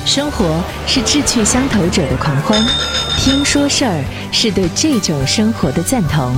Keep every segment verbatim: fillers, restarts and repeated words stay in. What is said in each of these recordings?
生活是志趣相投者的狂欢，听说事儿是对这种生活的赞同。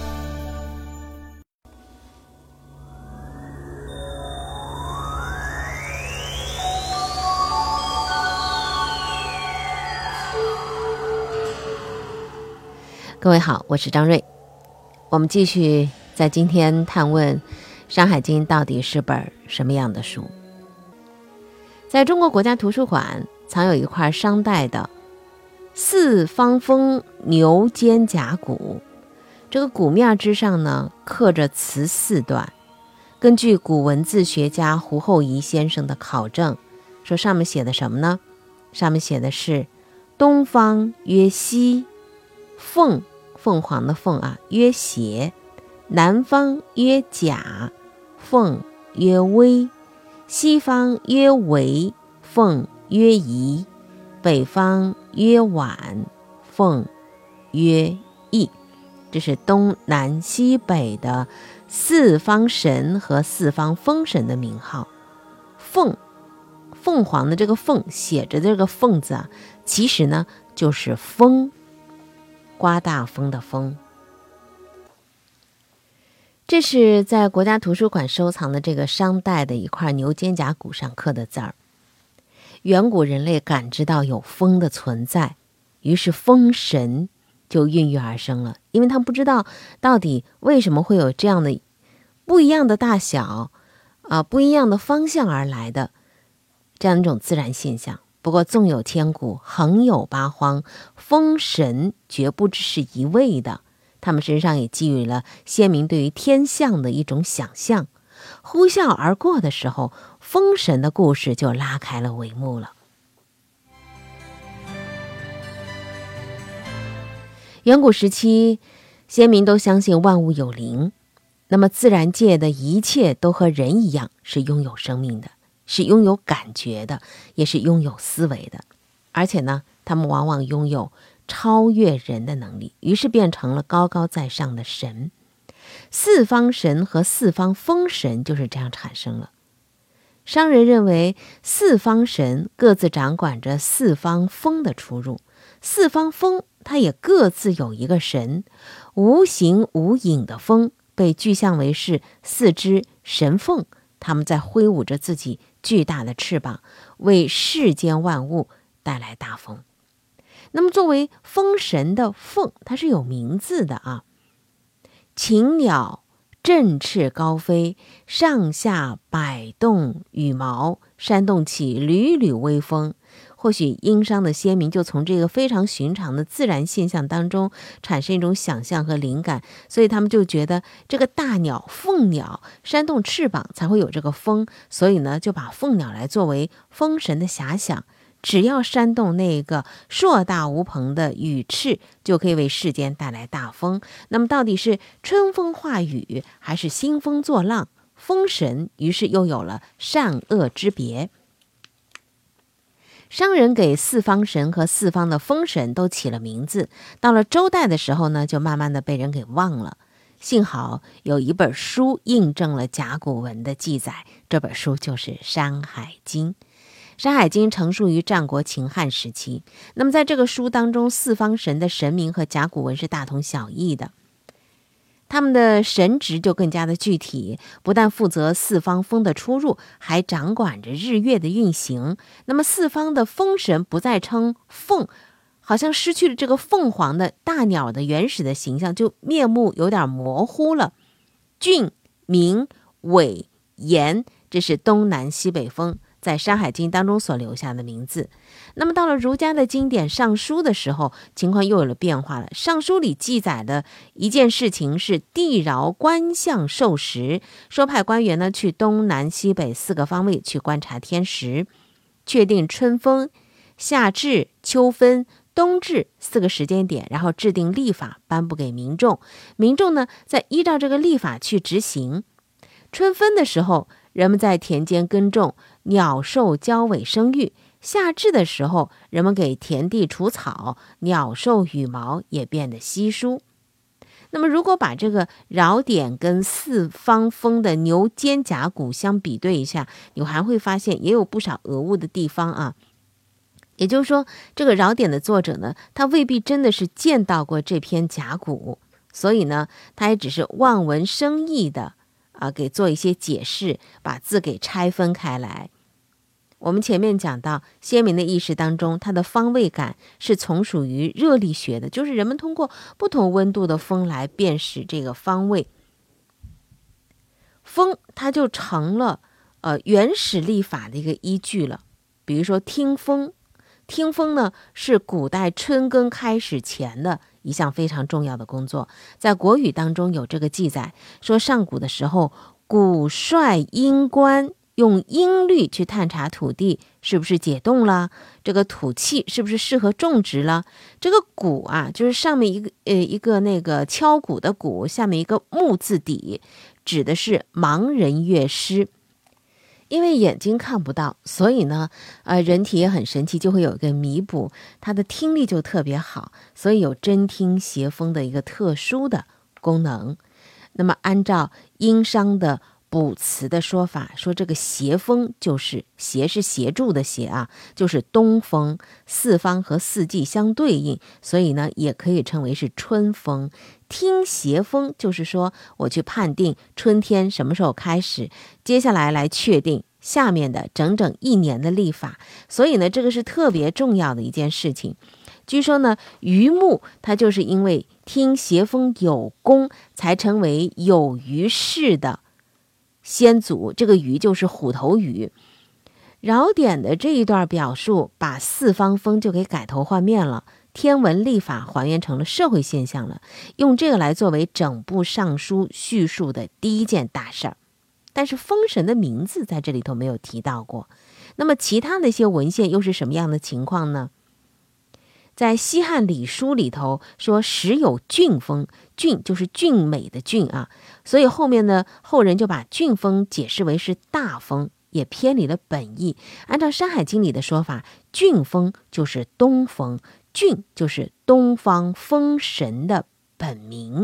各位好，我是张瑞，我们继续在今天探问《山海经》到底是本什么样的书。在中国国家图书馆藏有一块商代的四方峰牛肩胛骨，这个骨面之上呢刻着词四段。根据古文字学家胡厚仪先生的考证，说上面写的什么呢？上面写的是东方曰西，凤凤凰的凤啊曰斜，南方曰甲，凤曰微，西方曰维，凤曰夷，北方曰宛，凤曰翼。这是东南西北的四方神和四方风神的名号。凤，凤凰的这个凤写着这个凤字啊，其实呢就是风，刮大风的风。这是在国家图书馆收藏的这个商代的一块牛肩胛骨上刻的字儿。远古人类感知到有风的存在，于是风神就孕育而生了。因为他们不知道到底为什么会有这样的不一样的大小啊、不一样的方向而来的这样一种自然现象。不过纵有千古，横有八荒，风神绝不只是一味的，他们身上也寄予了先民对于天象的一种想象。呼啸而过的时候，风神的故事就拉开了帷幕了。远古时期，先民都相信万物有灵，那么自然界的一切都和人一样，是拥有生命的，是拥有感觉的，也是拥有思维的。而且呢，他们往往拥有超越人的能力，于是变成了高高在上的神。四方神和四方风神就是这样产生了。商人认为四方神各自掌管着四方风的出入，四方风它也各自有一个神，无形无影的风被具象为是四只神凤，他们在挥舞着自己巨大的翅膀，为世间万物带来大风。那么作为风神的凤，它是有名字的啊。禽鸟振翅高飞，上下摆动羽毛，扇动起缕缕微风。或许殷商的先民就从这个非常寻常的自然现象当中产生一种想象和灵感，所以他们就觉得这个大鸟凤鸟扇动翅膀才会有这个风，所以呢就把凤鸟来作为风神的遐想。只要扇动那个硕大无朋的羽翅，就可以为世间带来大风。那么到底是春风化雨，还是兴风作浪？风神于是又有了善恶之别。商人给四方神和四方的风神都起了名字，到了周代的时候呢，就慢慢的被人给忘了。幸好有一本书印证了甲骨文的记载，这本书就是《山海经》。《山海经》成书于战国秦汉时期，那么在这个书当中，四方神的神名和甲骨文是大同小异的，他们的神职就更加的具体，不但负责四方风的出入，还掌管着日月的运行。那么四方的风神不再称凤，好像失去了这个凤凰的大鸟的原始的形象，就面目有点模糊了。俊、明、伟、严，这是东南西北风在《山海经》当中所留下的名字。那么到了儒家的经典《尚书》的时候，情况又有了变化了。《尚书》里记载的一件事情是地饶观象授时，说派官员呢去东南西北四个方位去观察天时，确定春分、夏至、秋分、冬至四个时间点，然后制定历法颁布给民众，民众呢再依照这个历法去执行。春分的时候，人们在田间耕种，鸟兽交尾生育；夏至的时候，人们给田地除草，鸟兽羽毛也变得稀疏。那么如果把这个尧典跟四方峰的牛肩胛骨相比对一下，你还会发现也有不少讹误的地方啊。 也就是说，这个扰点的作者呢，他未必真的是见到过这篇甲骨，所以呢，他也只是望文生义的啊，给做一些解释，把字给拆分开来。我们前面讲到，先民的意识当中，它的方位感是从属于热力学的，就是人们通过不同温度的风来辨识这个方位。风它就成了呃原始历法的一个依据了。比如说听风，听风呢是古代春耕开始前的一项非常重要的工作，在国语当中有这个记载，说上古的时候，古率音官用音律去探查土地是不是解冻了，这个土气是不是适合种植了。这个鼓啊，就是上面一个呃一个那个敲鼓的鼓，下面一个木字底，指的是盲人乐师。因为眼睛看不到，所以呢，呃，人体也很神奇，就会有一个弥补，它的听力就特别好，所以有真听邪风的一个特殊的功能。那么按照殷商的卜辞的说法，说这个协风就是协是协助的协啊，就是东风，四方和四季相对应，所以呢也可以称为是春风。听协风就是说我去判定春天什么时候开始，接下来来确定下面的整整一年的历法，所以呢这个是特别重要的一件事情。据说呢，虞牧他就是因为听协风有功，才成为有虞氏的先祖，这个虞就是虎头虞。扰点的这一段表述，把四方风就给改头换面了，天文历法还原成了社会现象了，用这个来作为整部尚书叙述的第一件大事儿。但是风神的名字在这里头没有提到过。那么其他的一些文献又是什么样的情况呢？在西汉礼书里头说时有峻风，峻就是俊美的俊啊，所以后面呢后人就把峻风解释为是大风，也偏离了本意。按照《山海经》里的说法，峻风就是东风，峻就是东方风神的本名。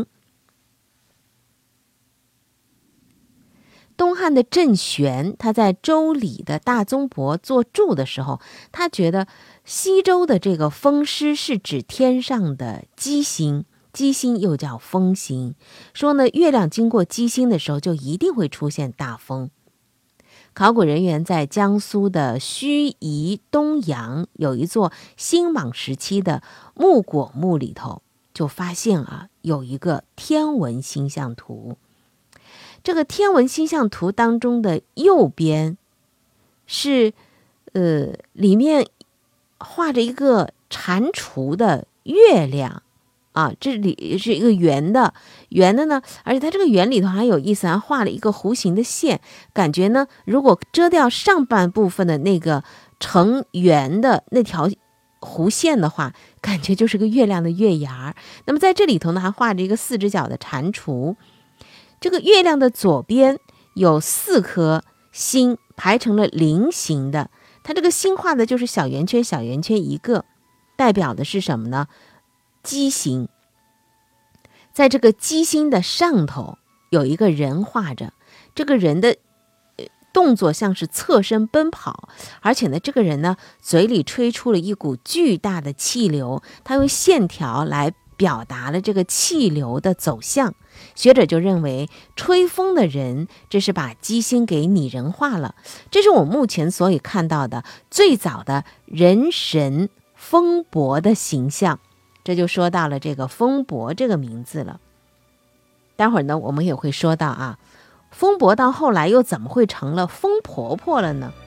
东汉的郑玄，他在周礼的大宗伯做注的时候，他觉得西周的这个风师是指天上的鸡星，鸡星又叫风星，说呢月亮经过鸡星的时候就一定会出现大风。考古人员在江苏的盱眙东阳有一座新莽时期的木椁墓里头，就发现啊有一个天文星象图。这个天文星象图当中的右边是呃里面画着一个蟾蜍的月亮啊，这里是一个圆的圆的呢，而且它这个圆里头还有意思，还画了一个弧形的线，感觉呢如果遮掉上半部分的那个呈圆的那条弧线的话，感觉就是个月亮的月牙。那么在这里头呢还画着一个四只脚的蟾蜍。这个月亮的左边有四颗星排成了菱形的，它这个星画的就是小圆圈小圆圈一个，代表的是什么呢？鸡星。在这个鸡星的上头有一个人画着，这个人的动作像是侧身奔跑，而且呢这个人呢嘴里吹出了一股巨大的气流，他用线条来表达了这个气流的走向。学者就认为吹风的人这是把鸡星给拟人化了，这是我目前所以看到的最早的人神风伯的形象。这就说到了这个风伯这个名字了。待会儿呢我们也会说到啊，风伯到后来又怎么会成了风婆婆了呢？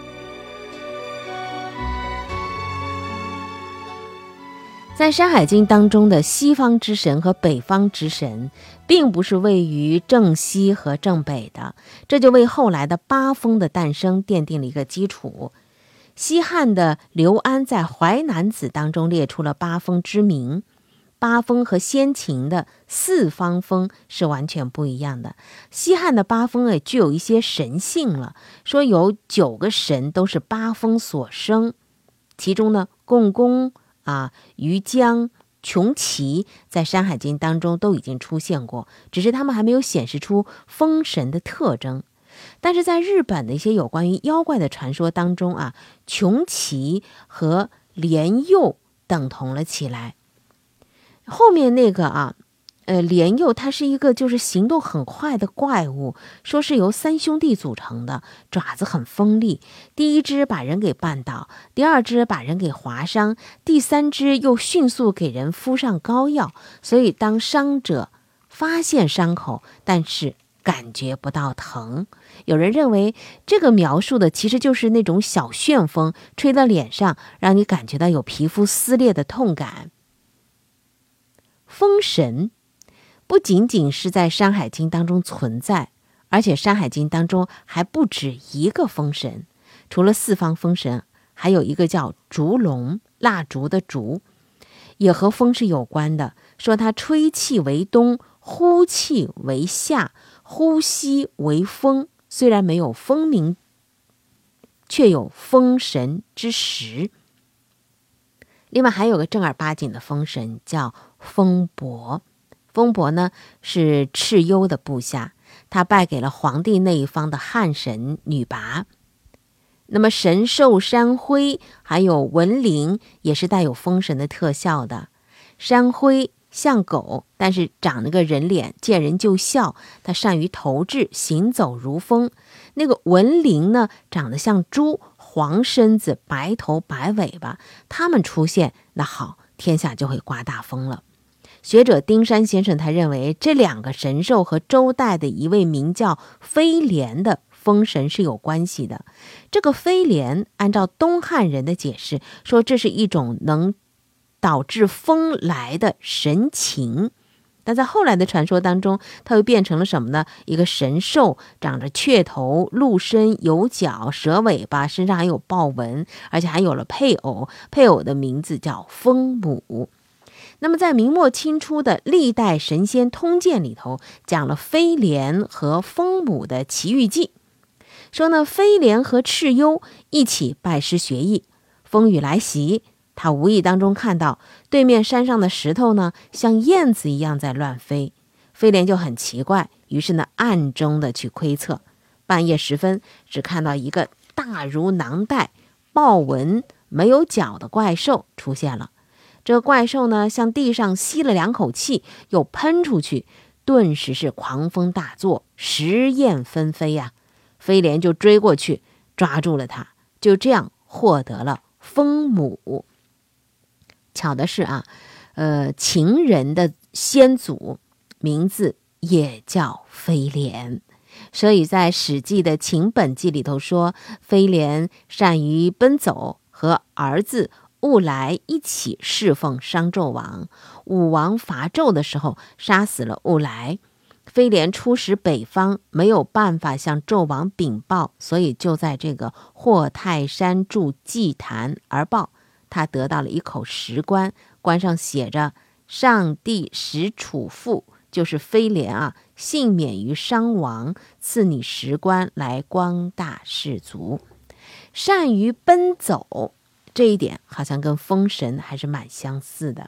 在《山海经》当中的西方之神和北方之神并不是位于正西和正北的，这就为后来的八风的诞生奠定了一个基础。西汉的刘安在《淮南子》当中列出了八风之名，八风和先秦的四方风是完全不一样的。西汉的八风也具有一些神性了，说有九个神都是八风所生，其中呢共工啊、于江、穷奇在《山海经》当中都已经出现过，只是他们还没有显示出风神的特征。 但是在日本的一些有关于妖怪的传说当中啊，穷奇和莲佑等同了起来。后面那个啊，呃，莲佑它是一个就是行动很快的怪物，说是由三兄弟组成的，爪子很锋利。第一只把人给绊倒，第二只把人给划伤，第三只又迅速给人敷上膏药，所以当伤者发现伤口，但是感觉不到疼。有人认为这个描述的其实就是那种小旋风吹到脸上，让你感觉到有皮肤撕裂的痛感。风神不仅仅是在《山海经》当中存在，而且《山海经》当中还不止一个风神。除了四方风神，还有一个叫烛龙，蜡烛的烛，也和风是有关的，说它吹气为东，呼气为夏，呼吸为风，虽然没有风名，却有风神之实。另外还有个正儿八经的风神叫风伯，风伯呢是蚩尤的部下，他拜给了黄帝那一方的汉神女拔。那么神兽山灰还有文灵也是带有风神的特效的。山灰像狗，但是长了个人脸，见人就笑，他善于投掷，行走如风。那个文灵呢，长得像猪，黄身子，白头白尾巴，他们出现，那好，天下就会刮大风了。学者丁山先生他认为，这两个神兽和周代的一位名叫飞廉的风神是有关系的。这个飞廉按照东汉人的解释说，这是一种能导致风来的神禽。但在后来的传说当中，它又变成了什么呢？一个神兽，长着雀头、鹿身、有角、蛇尾巴，身上还有豹纹，而且还有了配偶，配偶的名字叫风母。那么在明末清初的《历代神仙通鉴》里头，讲了飞廉和风母的奇遇记，说呢，飞廉和蚩尤一起拜师学艺，风雨来袭，他无意当中看到对面山上的石头呢，像燕子一样在乱飞，飞廉就很奇怪，于是呢，暗中的去窥测。半夜时分，只看到一个大如囊袋、豹纹、没有脚的怪兽出现了。这个怪兽呢，向地上吸了两口气，又喷出去，顿时是狂风大作，石燕纷飞呀、啊。飞廉就追过去，抓住了他，就这样获得了风母。巧的是啊，呃，秦人的先祖名字也叫飞廉，所以在《史记》的秦本纪里头说，飞廉善于奔走，和儿子兀来一起侍奉商纣王。武王伐纣的时候，杀死了兀来。飞廉出使北方，没有办法向纣王禀报，所以就在这个霍泰山筑祭坛而报。他得到了一口石棺，棺上写着上帝使楚父，就是飞廉啊，幸免于伤亡，赐你石棺来光大士族。善于奔走，这一点好像跟风神还是蛮相似的。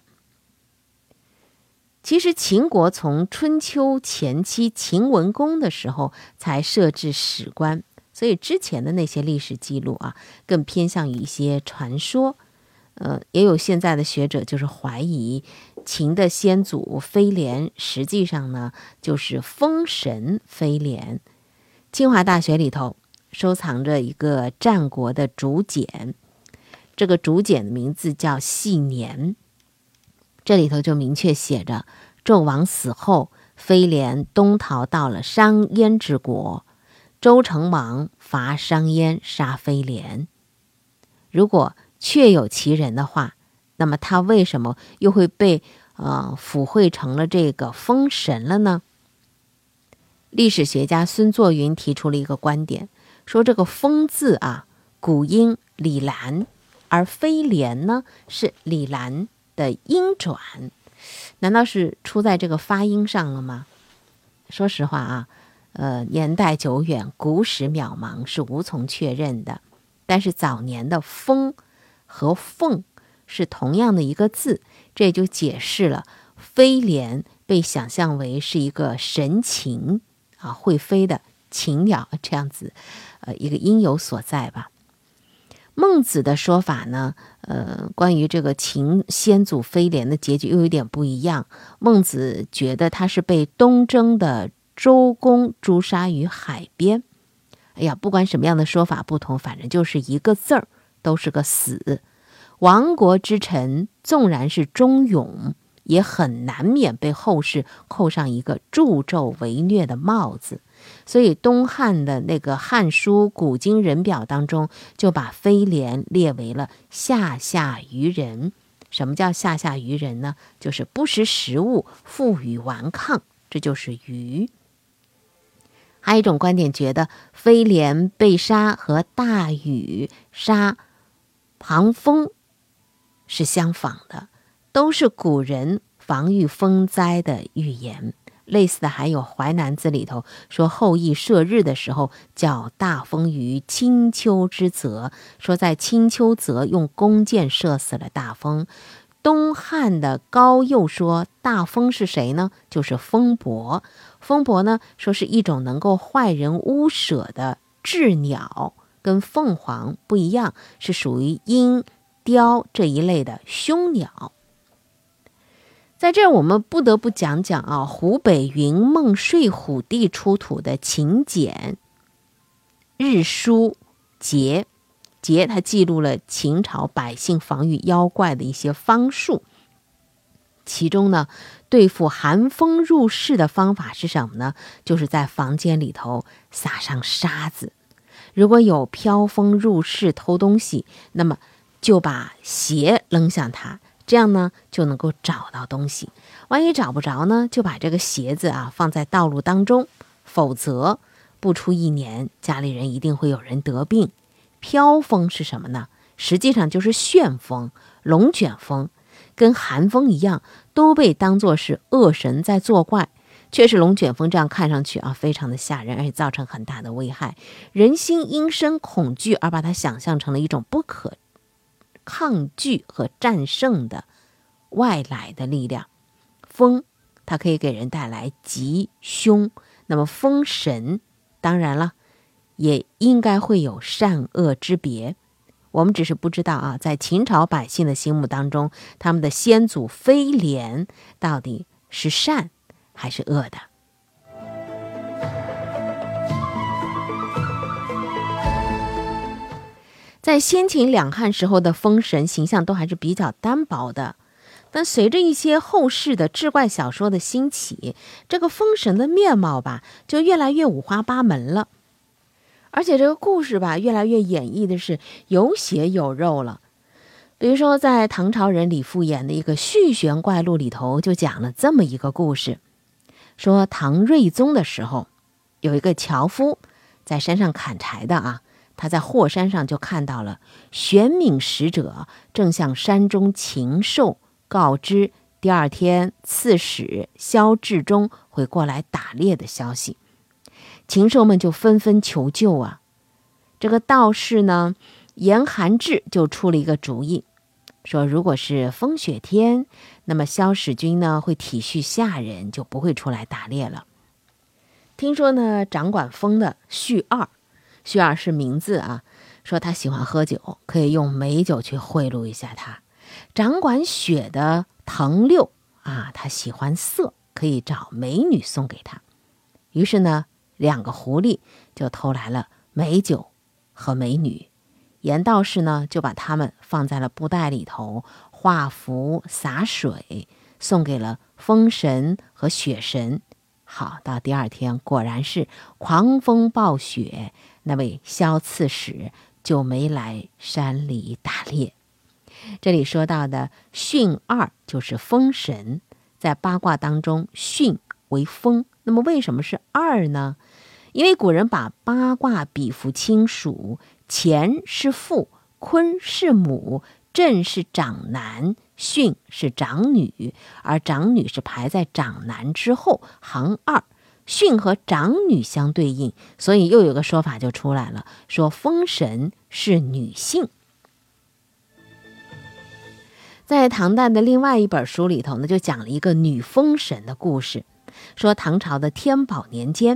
其实秦国从春秋前期秦文公的时候才设置史官，所以之前的那些历史记录啊，更偏向于一些传说。呃，也有现在的学者就是怀疑秦的先祖飞廉实际上呢就是风神飞廉。清华大学里头收藏着一个战国的竹简，这个竹简的名字叫系年，这里头就明确写着，纣王死后，飞廉东逃到了商燕之国，周成王伐商燕，杀飞廉。如果确有其人的话，那么他为什么又会被呃附会成了这个风神了呢？历史学家孙作云提出了一个观点，说这个风字啊，古音李兰，而飞廉呢是李兰的音转，难道是出在这个发音上了吗？说实话啊，呃，年代久远，古史渺茫，是无从确认的。但是早年的风和凤是同样的一个字，这就解释了飞廉被想象为是一个神禽啊，会飞的禽鸟这样子，呃，一个因由所在吧。孟子的说法呢，呃，关于这个秦先祖飞廉的结局又有点不一样。孟子觉得他是被东征的周公诛杀于海边。哎呀，不管什么样的说法不同，反正就是一个字儿，都是个死。亡国之臣纵然是忠勇，也很难免被后世扣上一个助纣为虐的帽子。所以东汉的那个《汉书·古今人表》当中，就把飞廉列为了下下愚人。什么叫下下愚人呢？就是不识时务，负隅顽抗，这就是愚。还有一种观点觉得飞廉被杀和大禹杀庞风是相仿的，都是古人防御风灾的预言。类似的还有《淮南子》里头说后羿射日的时候叫大风于青丘之泽，说在青丘泽用弓箭射死了大风。东汉的高诱说大风是谁呢？就是风伯。风伯呢说是一种能够坏人屋舍的鸷鸟，跟凤凰不一样，是属于鹰、雕这一类的凶鸟。在这儿我们不得不讲讲啊，湖北云梦睡虎地出土的秦简日书节，节它记录了秦朝百姓防御妖怪的一些方术。其中呢，对付寒风入室的方法是什么呢？就是在房间里头撒上沙子。如果有飘风入室偷东西，那么就把鞋扔向他，这样呢就能够找到东西。万一找不着呢，就把这个鞋子啊放在道路当中，否则不出一年，家里人一定会有人得病。飘风是什么呢？实际上就是旋风、龙卷风，跟寒风一样，都被当作是恶神在作怪。确实龙卷风这样看上去啊，非常的吓人，而且造成很大的危害。人心因生恐惧而把它想象成了一种不可抗拒和战胜的外来的力量。风它可以给人带来吉凶，那么风神当然了也应该会有善恶之别。我们只是不知道啊，在秦朝百姓的心目当中，他们的先祖飞廉到底是善还是恶的。在先秦两汉时候的风神形象都还是比较单薄的，但随着一些后世的志怪小说的兴起，这个风神的面貌吧就越来越五花八门了。而且这个故事吧越来越演绎的是有血有肉了。比如说在唐朝人李复演的一个《续玄怪录》里头就讲了这么一个故事，说唐睿宗的时候，有一个樵夫在山上砍柴的啊，他在霍山上就看到了玄冥使者正向山中禽兽告知第二天刺史萧志忠会过来打猎的消息。禽兽们就纷纷求救啊。这个道士呢严寒志就出了一个主意，说如果是风雪天，那么萧使君呢会体恤下人，就不会出来打猎了。听说呢掌管风的旭二，旭二是名字啊，说他喜欢喝酒，可以用美酒去贿赂一下他。掌管雪的腾六啊，他喜欢色，可以找美女送给他。于是呢两个狐狸就偷来了美酒和美女，严道士呢就把他们放在了布袋里头，画符洒水，送给了风神和雪神。好，到第二天果然是狂风暴雪，那位萧刺史就没来山里打猎。这里说到的巽二就是风神，在八卦当中巽为风，那么为什么是二呢？因为古人把八卦比附亲属，乾是父，坤是母，震是长男，巽是长女，而长女是排在长男之后，行二。巽和长女相对应，所以又有个说法就出来了，说风神是女性。在唐代的另外一本书里头呢，就讲了一个女风神的故事，说唐朝的天宝年间，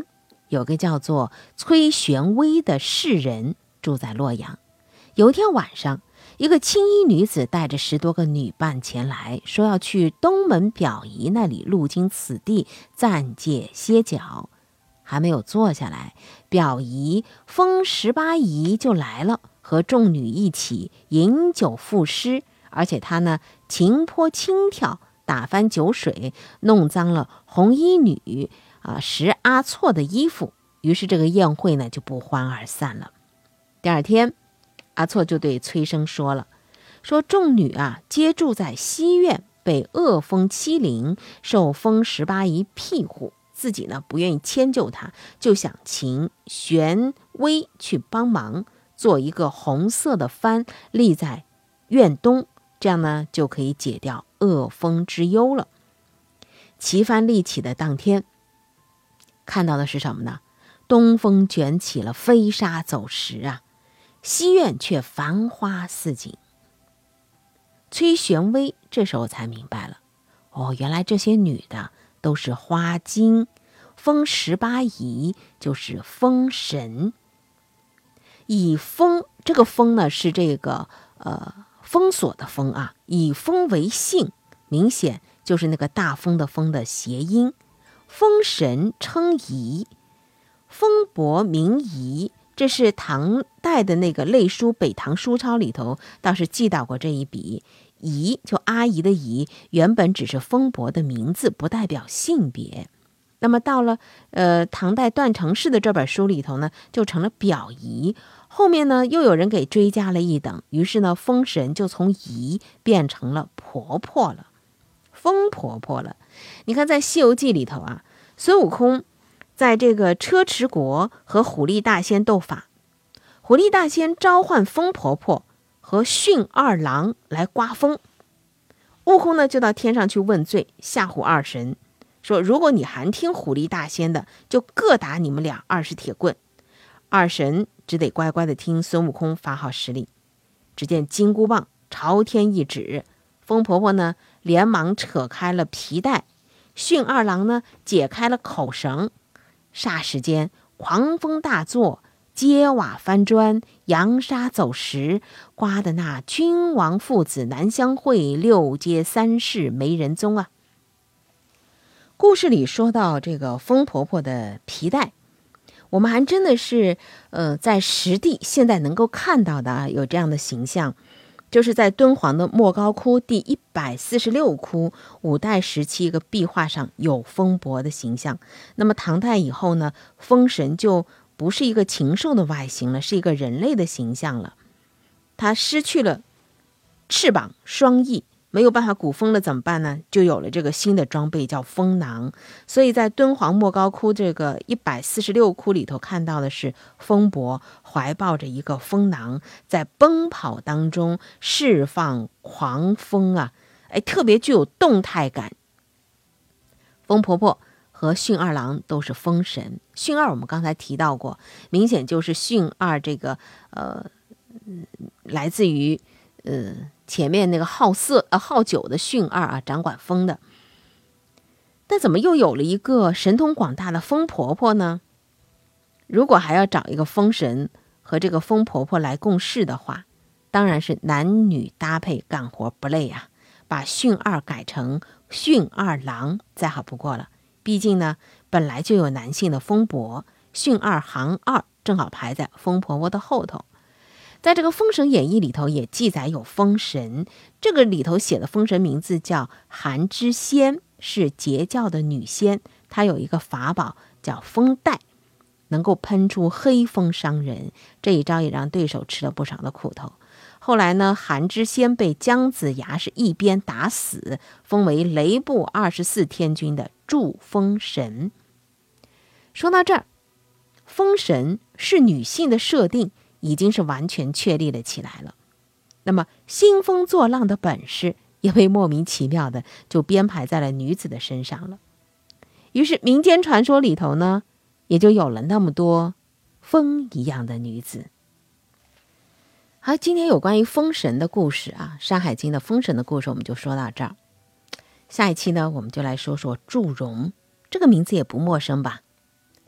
有个叫做崔玄微的士人住在洛阳。有一天晚上，一个青衣女子带着十多个女伴前来，说要去东门表姨那里路经此地暂借歇脚。还没有坐下来，表姨封十八姨就来了，和众女一起饮酒赋诗，而且她呢情颇轻佻，打翻酒水，弄脏了红衣女啊石阿错的衣服。于是这个宴会呢就不欢而散了。第二天，阿错就对崔生说了，说众女啊皆住在西院，被恶风欺凌，受封十八姨庇护，自己呢不愿意迁就他，就想请玄微去帮忙，做一个红色的幡立在院东，这样呢就可以解掉恶风之忧了。旗幡立起的当天，看到的是什么呢？东风卷起了飞沙走石啊，西院却繁花似锦。崔玄微这时候才明白了，哦，原来这些女的都是花精，封十八姨就是封神。以封，这个封呢是这个呃封锁的封啊，以封为姓，明显就是那个大风的风的谐音。封神称姨，封伯名姨，这是唐代的那个类书《北唐书钞》里头倒是记到过这一笔。姨就阿姨的姨，原本只是封伯的名字，不代表性别。那么到了呃唐代段成式的这本书里头呢，就成了表姨。后面呢又有人给追加了一等，于是呢封神就从姨变成了婆婆了，封婆婆了。你看在《西游记》里头啊，孙悟空在这个车迟国和虎力大仙斗法，虎力大仙召唤风婆婆和驯二郎来刮风，悟空呢就到天上去问罪，吓唬二神，说如果你还听虎力大仙的，就各打你们俩二十铁棍。二神只得乖乖的听孙悟空发号施令。只见金箍棒朝天一指，风婆婆呢连忙扯开了皮带，驯二郎呢解开了口绳，霎时间狂风大作，揭瓦翻砖，扬沙走石，刮得那君王父子难相会，六街三市没人踪啊。故事里说到这个风婆婆的皮带，我们还真的是呃，在实地现在能够看到的啊，有这样的形象，就是在敦煌的莫高窟第一百四十六窟五代时期一个壁画上有风伯的形象。那么唐代以后呢，风神就不是一个禽兽的外形了，是一个人类的形象了。它失去了翅膀双翼，没有办法鼓风了怎么办呢？就有了这个新的装备叫风囊。所以在敦煌莫高窟这个一百四十六窟里头看到的是风伯怀抱着一个风囊，在奔跑当中释放狂风啊，哎，特别具有动态感。风婆婆和驯二郎都是风神，驯二我们刚才提到过，明显就是驯二这个呃，来自于呃前面那个好色呃好酒的驯二啊，掌管风的。但怎么又有了一个神通广大的风婆婆呢？如果还要找一个风神和这个风婆婆来共事的话，当然是男女搭配干活不累啊，把驯二改成驯二郎再好不过了。毕竟呢，本来就有男性的风伯，驯二行二正好排在风婆婆的后头。在这个《封神演义》里头也记载有风神，这个里头写的风神名字叫韩知仙，是截教的女仙，她有一个法宝叫风带，能够喷出黑风伤人，这一招也让对手吃了不少的苦头。后来呢，韩知仙被姜子牙是一鞭打死，封为雷部二十四天君的助风神。说到这儿，风神是女性的设定已经是完全确立了起来了。那么兴风作浪的本事也被莫名其妙的就编排在了女子的身上了。于是民间传说里头呢，也就有了那么多风一样的女子。好，今天有关于风神的故事啊，《山海经》的风神的故事我们就说到这儿。下一期呢，我们就来说说祝融，这个名字也不陌生吧。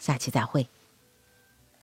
下期再会。